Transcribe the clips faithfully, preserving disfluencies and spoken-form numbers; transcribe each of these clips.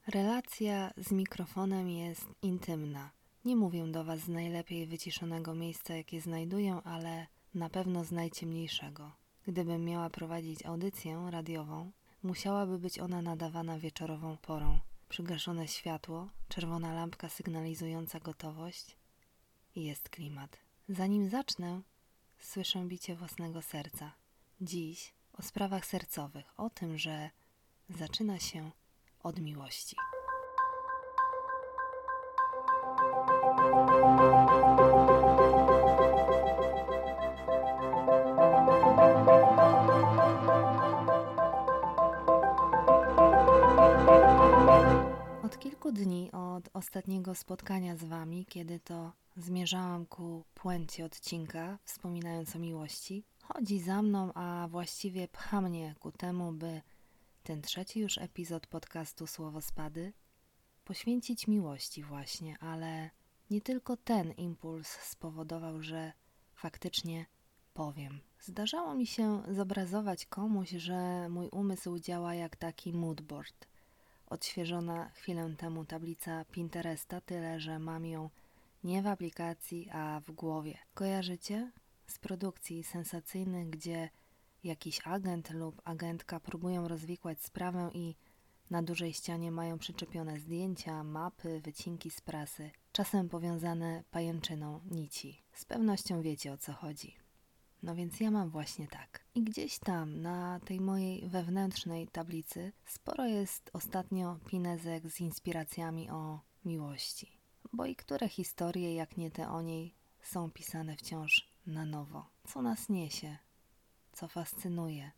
Relacja z mikrofonem jest intymna. Nie mówię do Was z najlepiej wyciszonego miejsca, jakie znajduję, ale na pewno z najciemniejszego. Gdybym miała prowadzić audycję radiową, musiałaby być ona nadawana wieczorową porą. Przygaszone światło, czerwona lampka sygnalizująca gotowość i jest klimat. Zanim zacznę, słyszę bicie własnego serca. Dziś o sprawach sercowych, o tym, że zaczyna się od miłości. Od kilku dni od ostatniego spotkania z Wami, kiedy to zmierzałam ku puencie odcinka, wspominając o miłości, chodzi za mną, a właściwie pcha mnie ku temu, by ten trzeci już epizod podcastu Słowospady poświęcić miłości właśnie, ale nie tylko ten impuls spowodował, że faktycznie powiem. Zdarzało mi się zobrazować komuś, że mój umysł działa jak taki moodboard. Odświeżona chwilę temu tablica Pinteresta, tyle że mam ją nie w aplikacji, a w głowie. Kojarzycie? Z produkcji sensacyjnych, gdzie jakiś agent lub agentka próbują rozwikłać sprawę i na dużej ścianie mają przyczepione zdjęcia, mapy, wycinki z prasy, czasem powiązane pajęczyną nici. Z pewnością wiecie, o co chodzi. No więc ja mam właśnie tak. I gdzieś tam na tej mojej wewnętrznej tablicy sporo jest ostatnio pinezek z inspiracjami o miłości. Bo i które historie, jak nie te o niej, są pisane wciąż na nowo. Co nas niesie? Co fascynuje?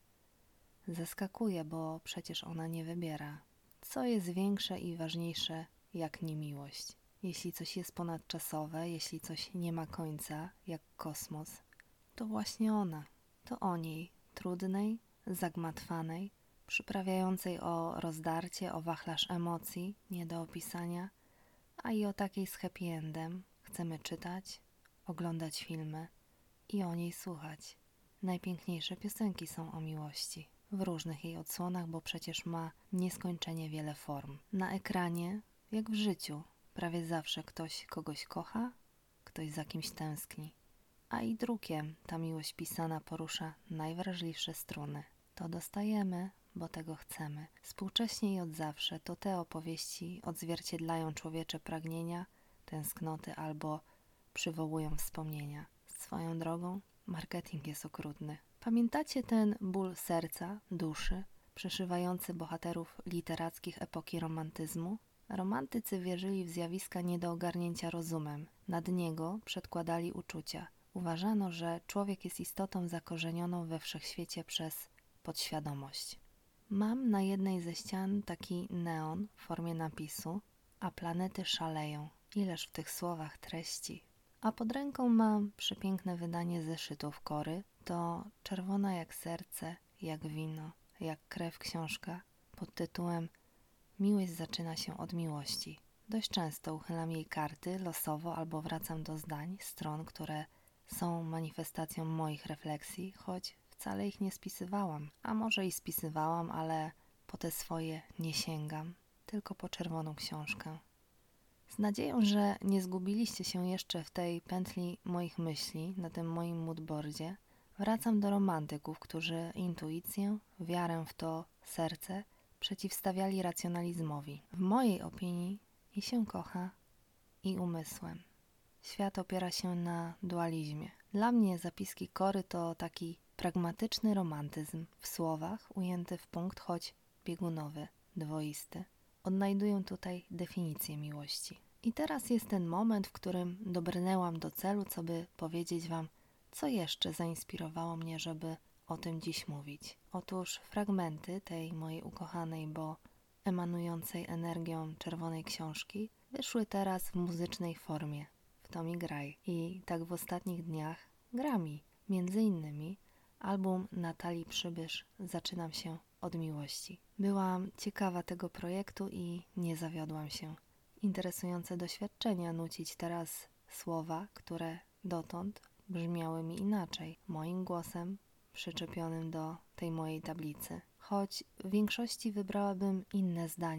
Zaskakuje, bo przecież ona nie wybiera. Co jest większe i ważniejsze jak nie miłość? Jeśli coś jest ponadczasowe, jeśli coś nie ma końca, jak kosmos, to właśnie ona. To o niej, trudnej, zagmatwanej, przyprawiającej o rozdarcie, o wachlarz emocji, nie do opisania, a i o takiej z happy endem chcemy czytać, oglądać filmy i o niej słuchać. Najpiękniejsze piosenki są o miłości, w różnych jej odsłonach, bo przecież ma nieskończenie wiele form. Na ekranie, jak w życiu, prawie zawsze ktoś kogoś kocha, ktoś za kimś tęskni. A i drukiem ta miłość pisana porusza najwrażliwsze struny. To dostajemy, bo tego chcemy. Współcześnie i od zawsze to te opowieści odzwierciedlają człowiecze pragnienia, tęsknoty albo przywołują wspomnienia. Swoją drogą, marketing jest okrutny. Pamiętacie ten ból serca, duszy, przeszywający bohaterów literackich epoki romantyzmu? Romantycy wierzyli w zjawiska nie do ogarnięcia rozumem. Nad niego przedkładali uczucia. Uważano, że człowiek jest istotą zakorzenioną we wszechświecie przez podświadomość. Mam na jednej ze ścian taki neon w formie napisu, a planety szaleją. Ileż w tych słowach treści. A pod ręką mam przepiękne wydanie zeszytów Kory. To czerwona jak serce, jak wino, jak krew książka pod tytułem Miłość zaczyna się od miłości. Dość często uchylam jej karty losowo albo wracam do zdań, stron, które są manifestacją moich refleksji, choć wcale ich nie spisywałam. A może i spisywałam, ale po te swoje nie sięgam, tylko po czerwoną książkę. Z nadzieją, że nie zgubiliście się jeszcze w tej pętli moich myśli, na tym moim moodboardzie, wracam do romantyków, którzy intuicję, wiarę w to serce przeciwstawiali racjonalizmowi. W mojej opinii i się kocha, i umysłem. Świat opiera się na dualizmie. Dla mnie zapiski Kory to taki pragmatyczny romantyzm w słowach, ujęty w punkt, choć biegunowy, dwoisty. Odnajduję tutaj definicję miłości. I teraz jest ten moment, w którym dobrnęłam do celu, co by powiedzieć Wam, co jeszcze zainspirowało mnie, żeby o tym dziś mówić. Otóż fragmenty tej mojej ukochanej, bo emanującej energią czerwonej książki wyszły teraz w muzycznej formie. W to mi graj. I tak w ostatnich dniach gra mi. Między innymi album Natalii Przybysz Zaczynam się od miłości. Byłam ciekawa tego projektu i nie zawiodłam się. Interesujące doświadczenia nucić teraz słowa, które dotąd brzmiały mi inaczej. Moim głosem przyczepionym do tej mojej tablicy. Choć w większości wybrałabym inne zdania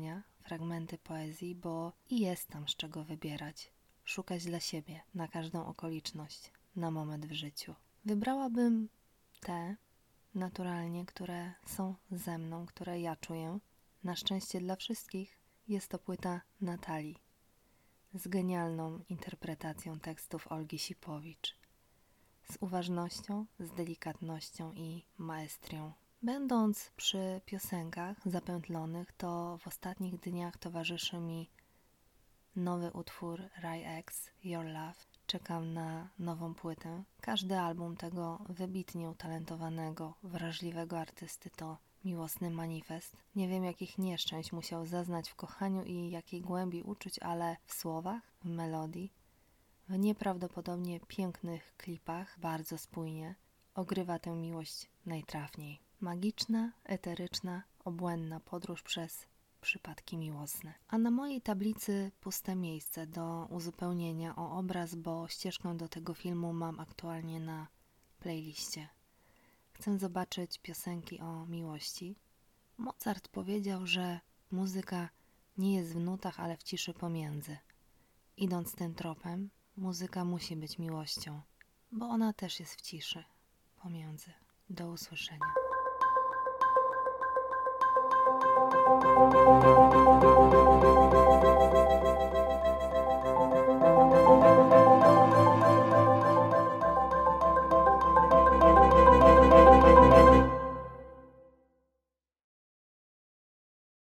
fragmenty poezji, bo i jest tam z czego wybierać. Szukać dla siebie, na każdą okoliczność, na moment w życiu. Wybrałabym te, naturalnie, które są ze mną, które ja czuję. Na szczęście dla wszystkich jest to płyta Natalii z genialną interpretacją tekstów Olgi Sipowicz, z uważnością, z delikatnością i maestrią. Będąc przy piosenkach zapętlonych, to w ostatnich dniach towarzyszy mi nowy utwór Rai X, Your Love. Czekam na nową płytę. Każdy album tego wybitnie utalentowanego, wrażliwego artysty to miłosny manifest. Nie wiem, jakich nieszczęść musiał zaznać w kochaniu i jakiej głębi uczuć, ale w słowach, w melodii, w nieprawdopodobnie pięknych klipach, bardzo spójnie, ogrywa tę miłość najtrafniej. Magiczna, eteryczna, obłędna podróż przez przypadki miłosne. A na mojej tablicy puste miejsce do uzupełnienia o obraz, bo ścieżkę do tego filmu mam aktualnie na playliście. Chcę zobaczyć piosenki o miłości. Mozart powiedział, że muzyka nie jest w nutach, ale w ciszy pomiędzy. Idąc tym tropem, muzyka musi być miłością, bo ona też jest w ciszy pomiędzy. Do usłyszenia.